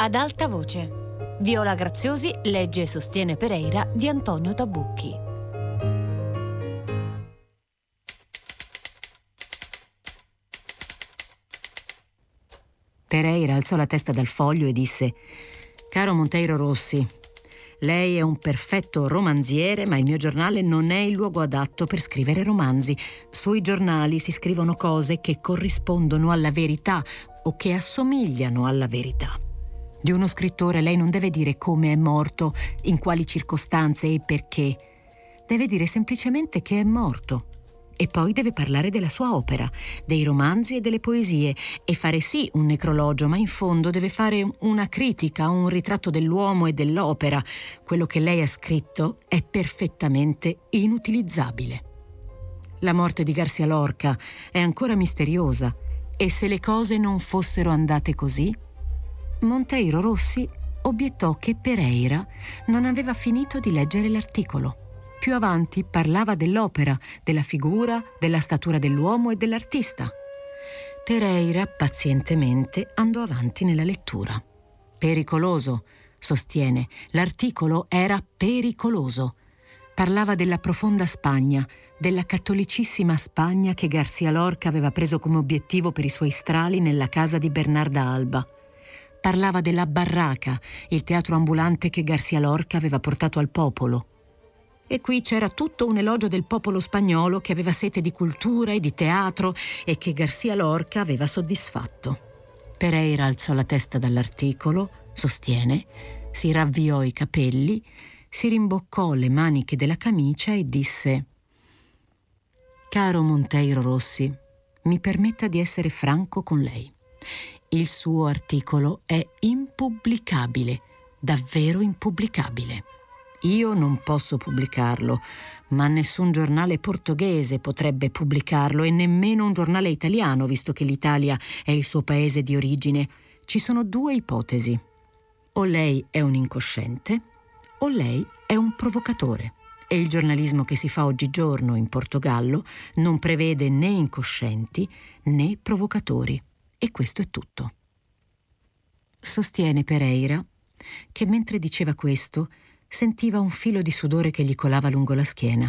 Ad alta voce. Viola Graziosi legge e sostiene Pereira di Antonio Tabucchi. Pereira alzò la testa dal foglio e disse: «Caro Monteiro Rossi, lei è un perfetto romanziere, ma il mio giornale non è il luogo adatto per scrivere romanzi. Sui giornali si scrivono cose che corrispondono alla verità o che assomigliano alla verità. Di uno scrittore lei non deve dire come è morto, in quali circostanze e perché. Deve dire semplicemente che è morto. E poi deve parlare della sua opera, dei romanzi e delle poesie, e fare sì un necrologio, ma in fondo deve fare una critica, un ritratto dell'uomo e dell'opera. Quello che lei ha scritto è perfettamente inutilizzabile. La morte di Garcia Lorca è ancora misteriosa, e se le cose non fossero andate così?» Monteiro Rossi obiettò che Pereira non aveva finito di leggere l'articolo. Più avanti parlava dell'opera, della figura, della statura dell'uomo e dell'artista. Pereira pazientemente andò avanti nella lettura. «Pericoloso», sostiene, l'articolo era pericoloso. Parlava della profonda Spagna, della cattolicissima Spagna che Garcia Lorca aveva preso come obiettivo per i suoi strali nella casa di Bernarda Alba. Parlava della Barraca, il teatro ambulante che Garcia Lorca aveva portato al popolo. E qui c'era tutto un elogio del popolo spagnolo che aveva sete di cultura e di teatro e che Garcia Lorca aveva soddisfatto. Pereira alzò la testa dall'articolo, sostiene, si ravviò i capelli, si rimboccò le maniche della camicia e disse: «Caro Monteiro Rossi, mi permetta di essere franco con lei. Il suo articolo è impubblicabile, davvero impubblicabile. Io non posso pubblicarlo, ma nessun giornale portoghese potrebbe pubblicarlo e nemmeno un giornale italiano, visto che l'Italia è il suo paese di origine. Ci sono due ipotesi. O lei è un incosciente, o lei è un provocatore. E il giornalismo che si fa oggigiorno in Portogallo non prevede né incoscienti né provocatori. E questo è tutto». Sostiene Pereira che mentre diceva questo sentiva un filo di sudore che gli colava lungo la schiena.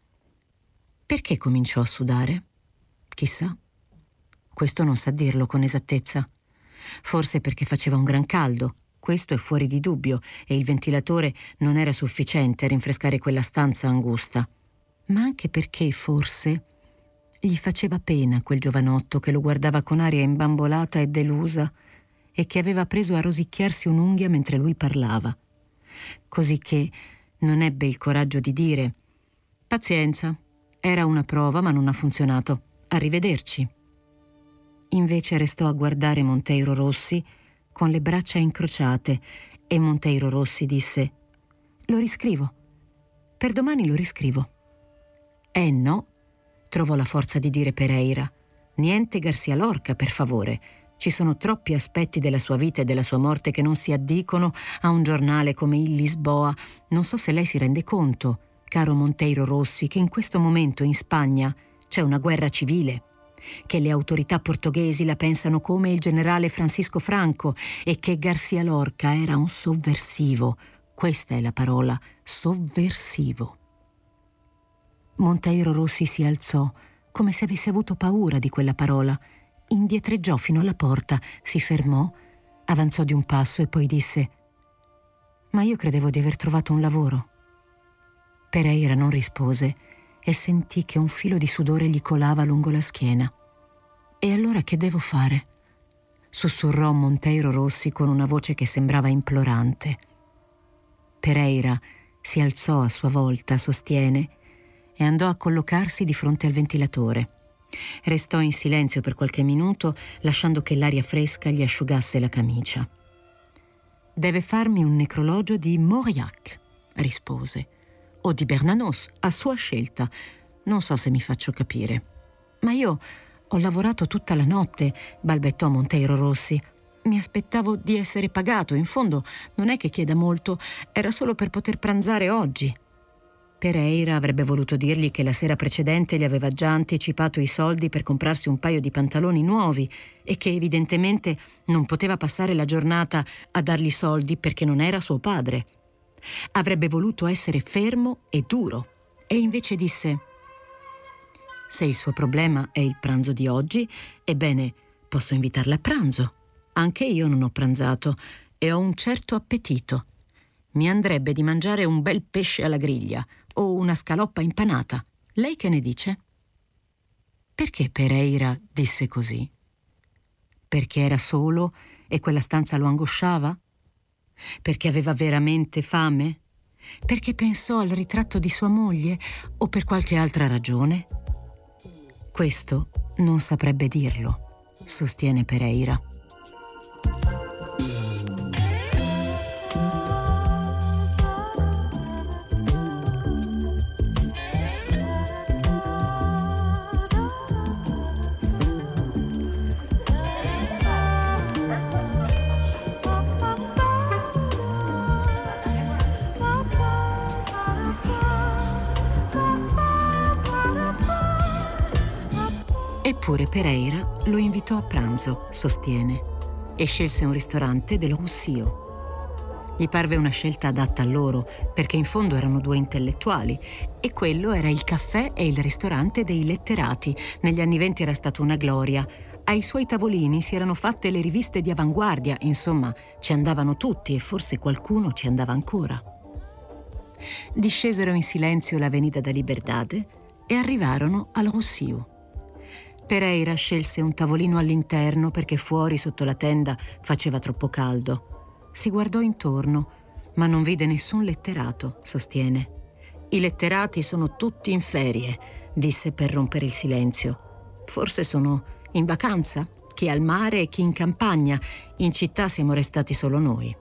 Perché cominciò a sudare? Chissà. Questo non sa dirlo con esattezza. Forse perché faceva un gran caldo, questo è fuori di dubbio, e il ventilatore non era sufficiente a rinfrescare quella stanza angusta. Ma anche perché, forse, gli faceva pena quel giovanotto che lo guardava con aria imbambolata e delusa e che aveva preso a rosicchiarsi un'unghia mentre lui parlava. Così che non ebbe il coraggio di dire: «Pazienza, era una prova ma non ha funzionato. Arrivederci». Invece restò a guardare Monteiro Rossi con le braccia incrociate e Monteiro Rossi disse: «Lo riscrivo. Per domani lo riscrivo». No», trovò la forza di dire Pereira. «Niente Garcia Lorca, per favore. Ci sono troppi aspetti della sua vita e della sua morte che non si addicono a un giornale come il Lisboa. Non so se lei si rende conto, caro Monteiro Rossi, che in questo momento in Spagna c'è una guerra civile, che le autorità portoghesi la pensano come il generale Francisco Franco e che Garcia Lorca era un sovversivo. Questa è la parola, sovversivo». Monteiro Rossi si alzò, come se avesse avuto paura di quella parola. Indietreggiò fino alla porta, si fermò, avanzò di un passo e poi disse: «Ma io credevo di aver trovato un lavoro». Pereira non rispose e sentì che un filo di sudore gli colava lungo la schiena. «E allora che devo fare?» sussurrò Monteiro Rossi con una voce che sembrava implorante. Pereira si alzò a sua volta, sostiene, e andò a collocarsi di fronte al ventilatore. Restò in silenzio per qualche minuto, lasciando che l'aria fresca gli asciugasse la camicia. «Deve farmi un necrologio di Mauriac», rispose, «o di Bernanos, a sua scelta. Non so se mi faccio capire». «Ma io ho lavorato tutta la notte», balbettò Monteiro Rossi. «Mi aspettavo di essere pagato, in fondo non è che chieda molto, era solo per poter pranzare oggi». Pereira avrebbe voluto dirgli che la sera precedente gli aveva già anticipato i soldi per comprarsi un paio di pantaloni nuovi e che evidentemente non poteva passare la giornata a dargli soldi perché non era suo padre. Avrebbe voluto essere fermo e duro e invece disse: «Se il suo problema è il pranzo di oggi, ebbene, posso invitarla a pranzo. Anche io non ho pranzato e ho un certo appetito. Mi andrebbe di mangiare un bel pesce alla griglia o una scaloppa impanata. Lei che ne dice?» Perché Pereira disse così? Perché era solo e quella stanza lo angosciava? Perché aveva veramente fame? Perché pensò al ritratto di sua moglie o per qualche altra ragione? Questo non saprebbe dirlo, sostiene Pereira. Eppure Pereira lo invitò a pranzo, sostiene, e scelse un ristorante dello Rossio. Gli parve una scelta adatta a loro, perché in fondo erano due intellettuali, e quello era il caffè e il ristorante dei letterati. Negli anni '20 era stata una gloria. Ai suoi tavolini si erano fatte le riviste di avanguardia, insomma, ci andavano tutti e forse qualcuno ci andava ancora. Discesero in silenzio l'Avenida da Liberdade e arrivarono al Rossio. Pereira scelse un tavolino all'interno perché fuori sotto la tenda faceva troppo caldo. Si guardò intorno, ma non vide nessun letterato, sostiene. «I letterati sono tutti in ferie», disse per rompere il silenzio. «Forse sono in vacanza, chi al mare e chi in campagna. In città siamo restati solo noi».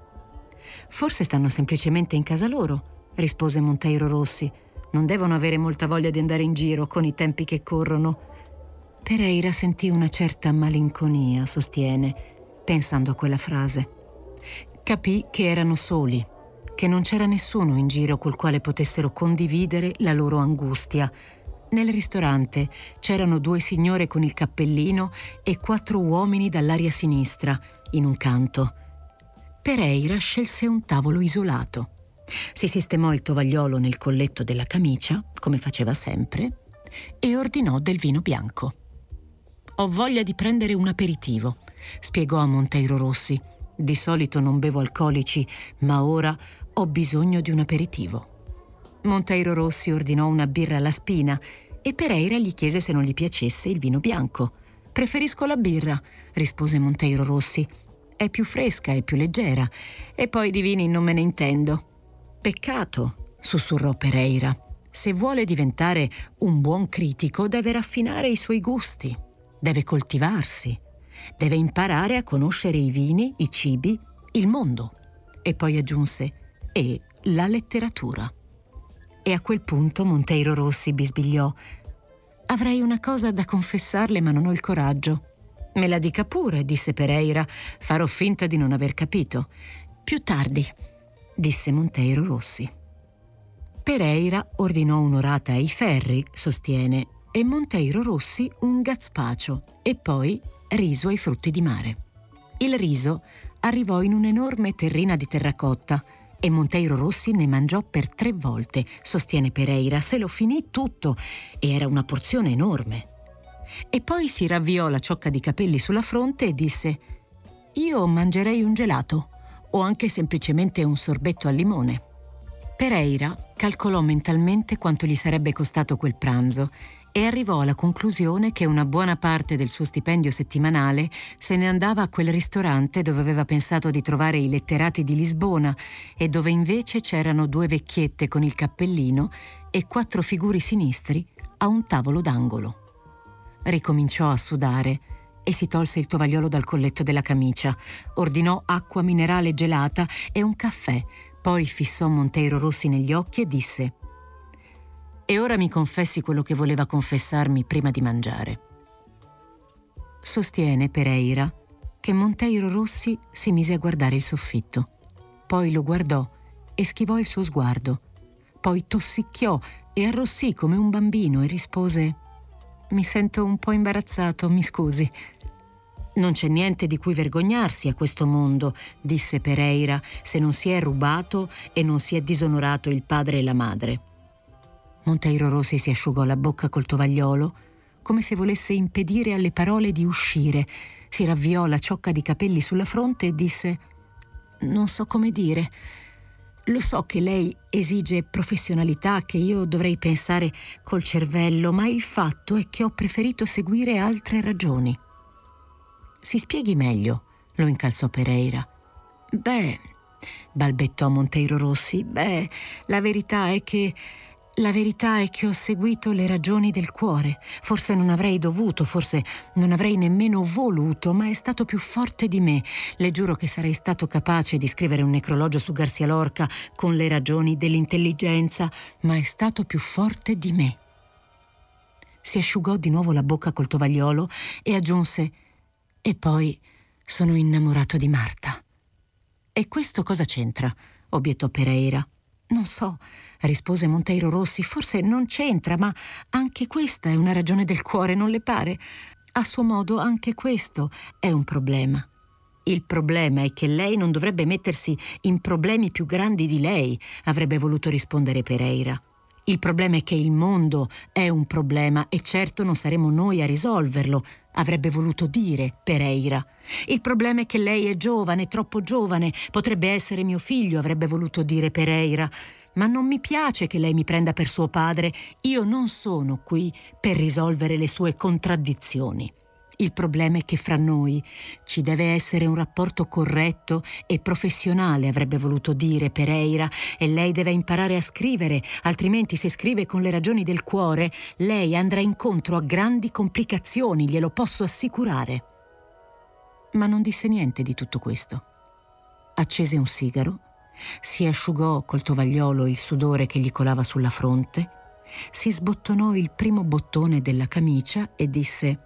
«Forse stanno semplicemente in casa loro», rispose Monteiro Rossi. «Non devono avere molta voglia di andare in giro con i tempi che corrono». Pereira sentì una certa malinconia, sostiene, pensando a quella frase. Capì che erano soli, che non c'era nessuno in giro col quale potessero condividere la loro angustia. Nel ristorante c'erano 2 signore con il cappellino e 4 uomini dall'aria sinistra, in un canto. Pereira scelse un tavolo isolato. Si sistemò il tovagliolo nel colletto della camicia, come faceva sempre, e ordinò del vino bianco. «Ho voglia di prendere un aperitivo», spiegò a Monteiro Rossi. «Di solito non bevo alcolici, ma ora ho bisogno di un aperitivo». Monteiro Rossi ordinò una birra alla spina e Pereira gli chiese se non gli piacesse il vino bianco. «Preferisco la birra», rispose Monteiro Rossi. «È più fresca e più leggera, e poi di vini non me ne intendo». «Peccato», sussurrò Pereira. «Se vuole diventare un buon critico deve raffinare i suoi gusti. Deve coltivarsi, deve imparare a conoscere i vini, i cibi, il mondo». E poi aggiunse: «E la letteratura». E a quel punto Monteiro Rossi bisbigliò: «Avrei una cosa da confessarle, ma non ho il coraggio». «Me la dica pure», disse Pereira. «Farò finta di non aver capito». «Più tardi», disse Monteiro Rossi. Pereira ordinò un'orata ai ferri, sostiene, e Monteiro Rossi un gazpacho e poi riso ai frutti di mare. Il riso arrivò in un'enorme terrina di terracotta e Monteiro Rossi ne mangiò per 3 volte, sostiene Pereira. Se lo finì tutto e era una porzione enorme. E poi si ravviò la ciocca di capelli sulla fronte e disse: «Io mangerei un gelato o anche semplicemente un sorbetto al limone». Pereira calcolò mentalmente quanto gli sarebbe costato quel pranzo e arrivò alla conclusione che una buona parte del suo stipendio settimanale se ne andava a quel ristorante dove aveva pensato di trovare i letterati di Lisbona e dove invece c'erano 2 vecchiette con il cappellino e 4 figuri sinistri a un tavolo d'angolo. Ricominciò a sudare e si tolse il tovagliolo dal colletto della camicia, ordinò acqua minerale gelata e un caffè, poi fissò Monteiro Rossi negli occhi e disse: «E ora mi confessi quello che voleva confessarmi prima di mangiare». Sostiene Pereira che Monteiro Rossi si mise a guardare il soffitto. Poi lo guardò e schivò il suo sguardo. Poi tossicchiò e arrossì come un bambino e rispose: «Mi sento un po' imbarazzato, mi scusi». «Non c'è niente di cui vergognarsi a questo mondo», disse Pereira, «se non si è rubato e non si è disonorato il padre e la madre». Monteiro Rossi si asciugò la bocca col tovagliolo, come se volesse impedire alle parole di uscire. Si ravviò la ciocca di capelli sulla fronte e disse: «Non so come dire. Lo so che lei esige professionalità, che io dovrei pensare col cervello, ma il fatto è che ho preferito seguire altre ragioni». «Si spieghi meglio», lo incalzò Pereira. «Beh», balbettò Monteiro Rossi, la verità è che ho seguito le ragioni del cuore. Forse non avrei dovuto, forse non avrei nemmeno voluto, ma è stato più forte di me. Le giuro che sarei stato capace di scrivere un necrologio su Garcia Lorca con le ragioni dell'intelligenza, ma è stato più forte di me». Si asciugò di nuovo la bocca col tovagliolo e aggiunse: «E poi sono innamorato di Marta». «E questo cosa c'entra?» obiettò Pereira. «Non so», rispose Monteiro Rossi, «forse non c'entra, ma anche questa è una ragione del cuore, non le pare? A suo modo anche questo è un problema». «Il problema è che lei non dovrebbe mettersi in problemi più grandi di lei», avrebbe voluto rispondere Pereira. «Il problema è che il mondo è un problema e certo non saremo noi a risolverlo», avrebbe voluto dire Pereira. «Il problema è che lei è giovane, troppo giovane, potrebbe essere mio figlio», avrebbe voluto dire Pereira. «Ma non mi piace che lei mi prenda per suo padre, io non sono qui per risolvere le sue contraddizioni. Il problema è che fra noi ci deve essere un rapporto corretto e professionale», avrebbe voluto dire Pereira, «e lei deve imparare a scrivere, altrimenti se scrive con le ragioni del cuore, lei andrà incontro a grandi complicazioni, glielo posso assicurare». Ma non disse niente di tutto questo. Accese un sigaro, si asciugò col tovagliolo il sudore che gli colava sulla fronte, si sbottonò il primo bottone della camicia e disse: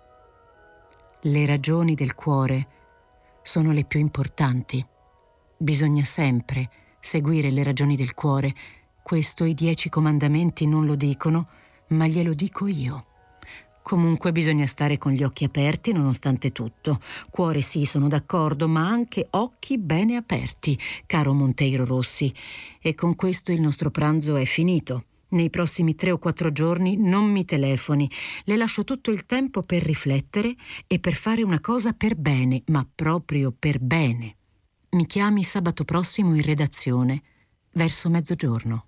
«Le ragioni del cuore sono le più importanti. Bisogna sempre seguire le ragioni del cuore. Questo i 10 comandamenti non lo dicono, ma glielo dico io. Comunque bisogna stare con gli occhi aperti nonostante tutto. Cuore sì, sono d'accordo, ma anche occhi bene aperti, caro Monteiro Rossi. E con questo il nostro pranzo è finito. Nei prossimi 3 o 4 giorni non mi telefoni. Le lascio tutto il tempo per riflettere e per fare una cosa per bene, ma proprio per bene. Mi chiami sabato prossimo in redazione, verso mezzogiorno».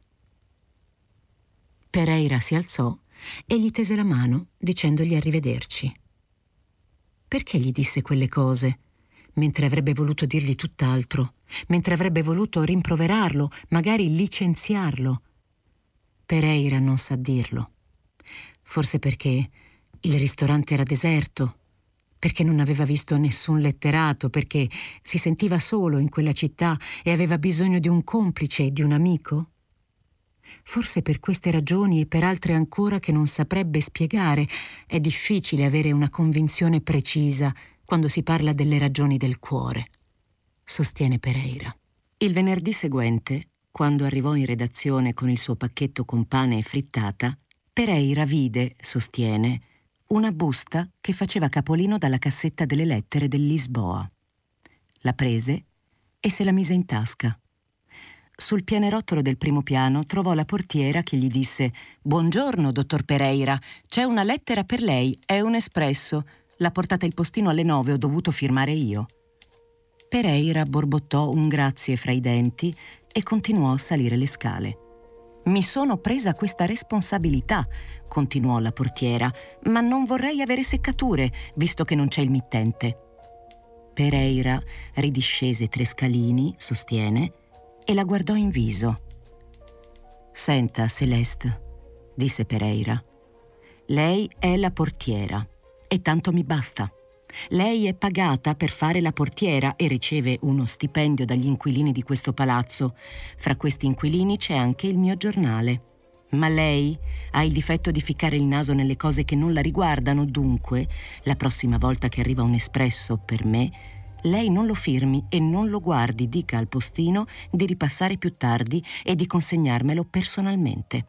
Pereira si alzò e gli tese la mano dicendogli arrivederci. Perché gli disse quelle cose, mentre avrebbe voluto dirgli tutt'altro, mentre avrebbe voluto rimproverarlo, magari licenziarlo? Pereira non sa dirlo. Forse perché il ristorante era deserto, perché non aveva visto nessun letterato, perché si sentiva solo in quella città e aveva bisogno di un complice, di un amico? Forse per queste ragioni e per altre ancora che non saprebbe spiegare. È difficile avere una convinzione precisa quando si parla delle ragioni del cuore, sostiene Pereira. Il venerdì seguente, quando arrivò in redazione con il suo pacchetto con pane e frittata, Pereira vide, sostiene, una busta che faceva capolino dalla cassetta delle lettere del Lisboa. La prese e se la mise in tasca. Sul pianerottolo del primo piano trovò la portiera che gli disse: «Buongiorno, dottor Pereira, c'è una lettera per lei, è un espresso. L'ha portata il postino alle 9, ho dovuto firmare io». Pereira borbottò un grazie fra i denti e continuò a salire le scale. «Mi sono presa questa responsabilità», continuò la portiera, «ma non vorrei avere seccature, visto che non c'è il mittente». Pereira ridiscese 3 scalini, sostiene, e la guardò in viso. «Senta, Celeste», disse Pereira, «lei è la portiera e tanto mi basta. Lei è pagata per fare la portiera e riceve uno stipendio dagli inquilini di questo palazzo. Fra questi inquilini c'è anche il mio giornale. Ma lei ha il difetto di ficcare il naso nelle cose che non la riguardano, dunque, la prossima volta che arriva un espresso per me, Lei non lo firmi e non lo guardi, dica al postino di ripassare più tardi e di consegnarmelo personalmente.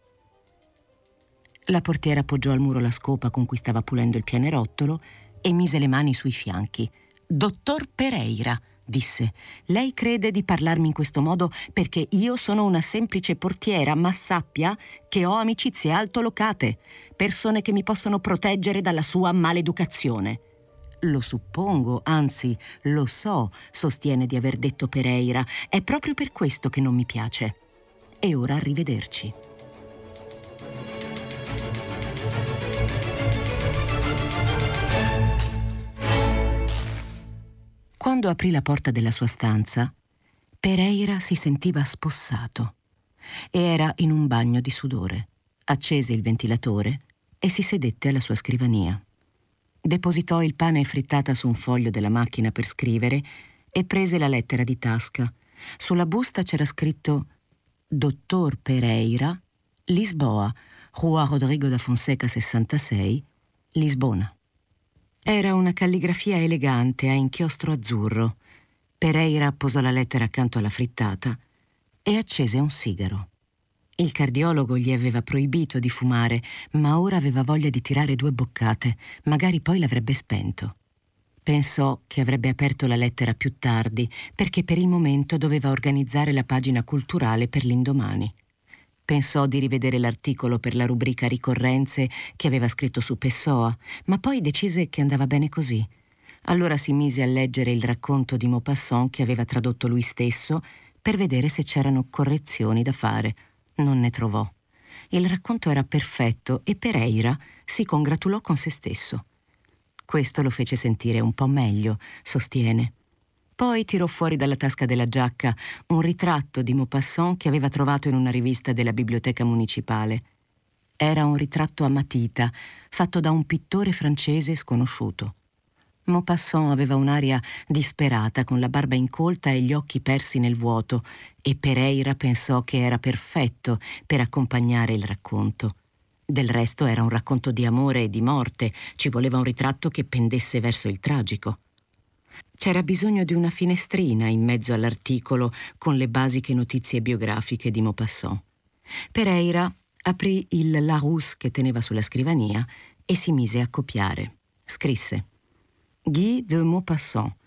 La portiera appoggiò al muro la scopa con cui stava pulendo il pianerottolo e mise le mani sui fianchi. «Dottor Pereira», disse, «lei crede di parlarmi in questo modo perché io sono una semplice portiera, ma sappia che ho amicizie altolocate, persone che mi possono proteggere dalla sua maleducazione». «Lo suppongo, anzi, lo so», sostiene di aver detto Pereira. «È proprio per questo che non mi piace. E ora arrivederci». Quando aprì la porta della sua stanza, Pereira si sentiva spossato e era in un bagno di sudore. Accese il ventilatore e si sedette alla sua scrivania. Depositò il pane e frittata su un foglio della macchina per scrivere e prese la lettera di tasca. Sulla busta c'era scritto «Dottor Pereira, Lisboa, Rua Rodrigo da Fonseca 66, Lisbona». Era una calligrafia elegante a inchiostro azzurro. Pereira posò la lettera accanto alla frittata e accese un sigaro. Il cardiologo gli aveva proibito di fumare, ma ora aveva voglia di tirare 2 boccate, magari poi l'avrebbe spento. Pensò che avrebbe aperto la lettera più tardi, perché per il momento doveva organizzare la pagina culturale per l'indomani. Pensò di rivedere l'articolo per la rubrica ricorrenze che aveva scritto su Pessoa, ma poi decise che andava bene così. Allora si mise a leggere il racconto di Maupassant che aveva tradotto lui stesso per vedere se c'erano correzioni da fare. Non ne trovò. Il racconto era perfetto e Pereira si congratulò con se stesso. Questo lo fece sentire un po' meglio, sostiene. Poi tirò fuori dalla tasca della giacca un ritratto di Maupassant che aveva trovato in una rivista della biblioteca municipale. Era un ritratto a matita, fatto da un pittore francese sconosciuto. Maupassant aveva un'aria disperata, con la barba incolta e gli occhi persi nel vuoto, e Pereira pensò che era perfetto per accompagnare il racconto. Del resto era un racconto di amore e di morte, ci voleva un ritratto che pendesse verso il tragico. C'era bisogno di una finestrina in mezzo all'articolo con le basiche notizie biografiche di Maupassant. Pereira aprì il Larousse che teneva sulla scrivania e si mise a copiare. Scrisse Guy de Maupassant,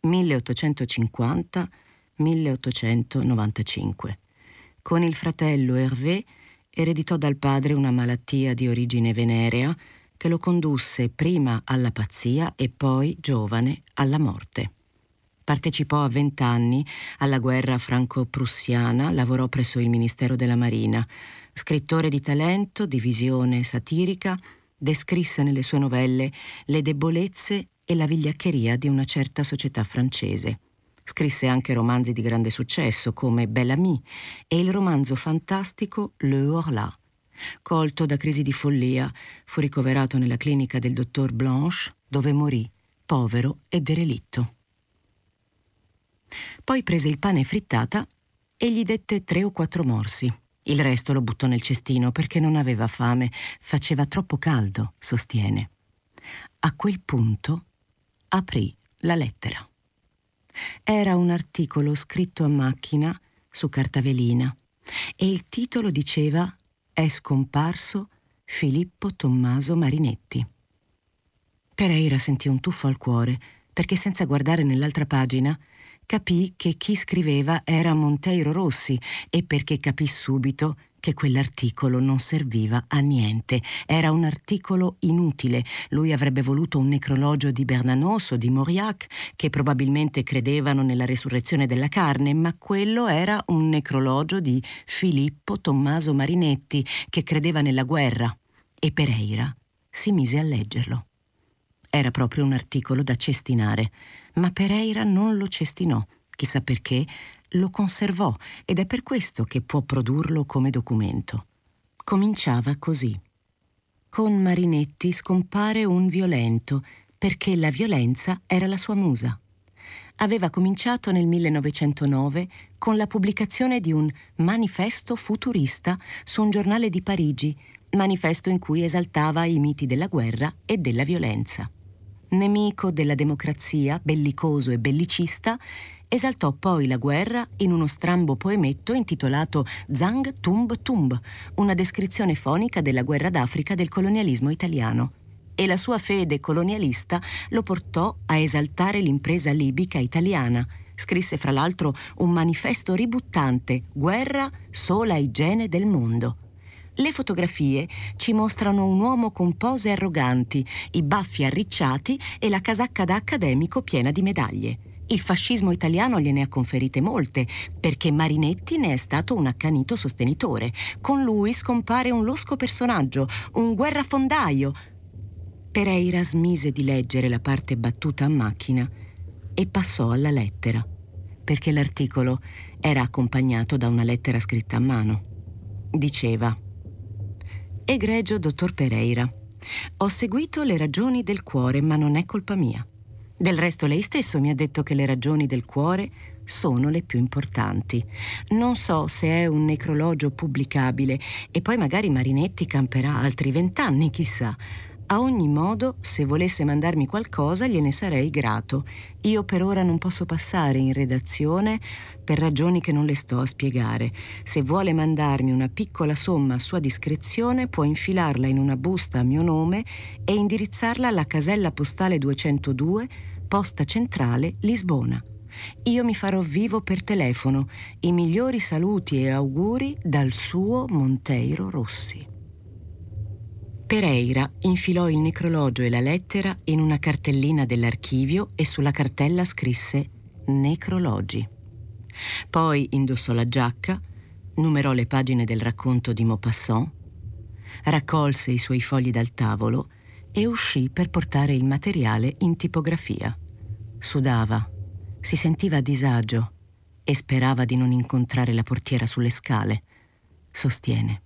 1850-1895. Con il fratello Hervé ereditò dal padre una malattia di origine venerea che lo condusse prima alla pazzia e poi, giovane, alla morte. Partecipò a 20 anni alla guerra franco-prussiana, lavorò presso il Ministero della Marina. Scrittore di talento, di visione satirica, descrisse nelle sue novelle le debolezze e la vigliaccheria di una certa società francese. Scrisse anche romanzi di grande successo come Bel Ami e il romanzo fantastico Le Horla. Colto da crisi di follia, fu ricoverato nella clinica del dottor Blanche, dove morì, povero e derelitto. Poi prese il pane e frittata e gli dette 3 o 4 morsi. Il resto lo buttò nel cestino perché non aveva fame, faceva troppo caldo, sostiene. A quel punto aprì la lettera. Era un articolo scritto a macchina su carta velina e il titolo diceva «È scomparso Filippo Tommaso Marinetti». Pereira sentì un tuffo al cuore perché senza guardare nell'altra pagina capì che chi scriveva era Monteiro Rossi e perché capì subito che quell'articolo non serviva a niente. Era un articolo inutile. Lui avrebbe voluto un necrologio di Bernanos o di Mauriac, che probabilmente credevano nella resurrezione della carne, ma quello era un necrologio di Filippo Tommaso Marinetti, che credeva nella guerra. E Pereira si mise a leggerlo. Era proprio un articolo da cestinare, ma Pereira non lo cestinò, chissà perché. Lo conservò ed è per questo che può produrlo come documento. Cominciava così. Con Marinetti scompare un violento, perché la violenza era la sua musa. Aveva cominciato nel 1909 con la pubblicazione di un manifesto futurista su un giornale di Parigi, manifesto in cui esaltava i miti della guerra e della violenza. nemico della democrazia, bellicoso e bellicista, esaltò poi la guerra in uno strambo poemetto intitolato Zang Tumb Tumb, una descrizione fonica della guerra d'Africa del colonialismo italiano. E la sua fede colonialista lo portò a esaltare l'impresa libica italiana. Scrisse fra l'altro un manifesto ributtante: guerra, sola igiene del mondo. Le fotografie ci mostrano un uomo con pose arroganti, i baffi arricciati e la casacca da accademico piena di medaglie. Il fascismo italiano gliene ha conferite molte, perché Marinetti ne è stato un accanito sostenitore. Con lui scompare un losco personaggio, un guerrafondaio. Pereira smise di leggere la parte battuta a macchina e passò alla lettera, perché l'articolo era accompagnato da una lettera scritta a mano. Diceva: Egregio dottor Pereira, ho seguito le ragioni del cuore, ma non è colpa mia. Del resto lei stesso mi ha detto che le ragioni del cuore sono le più importanti. Non so se è un necrologio pubblicabile e poi magari Marinetti camperà altri 20 anni, chissà. A ogni modo, se volesse mandarmi qualcosa gliene sarei grato. Io per ora non posso passare in redazione per ragioni che non le sto a spiegare. Se vuole mandarmi una piccola somma a sua discrezione, può infilarla in una busta a mio nome e indirizzarla alla casella postale 202, Posta Centrale, Lisbona. Io mi farò vivo per telefono. I migliori saluti e auguri dal suo Monteiro Rossi. Pereira infilò il necrologio e la lettera in una cartellina dell'archivio e sulla cartella scrisse necrologi. Poi indossò la giacca, numerò le pagine del racconto di Maupassant, raccolse i suoi fogli dal tavolo e uscì per portare il materiale in tipografia. Sudava, si sentiva a disagio e sperava di non incontrare la portiera sulle scale. Sostiene.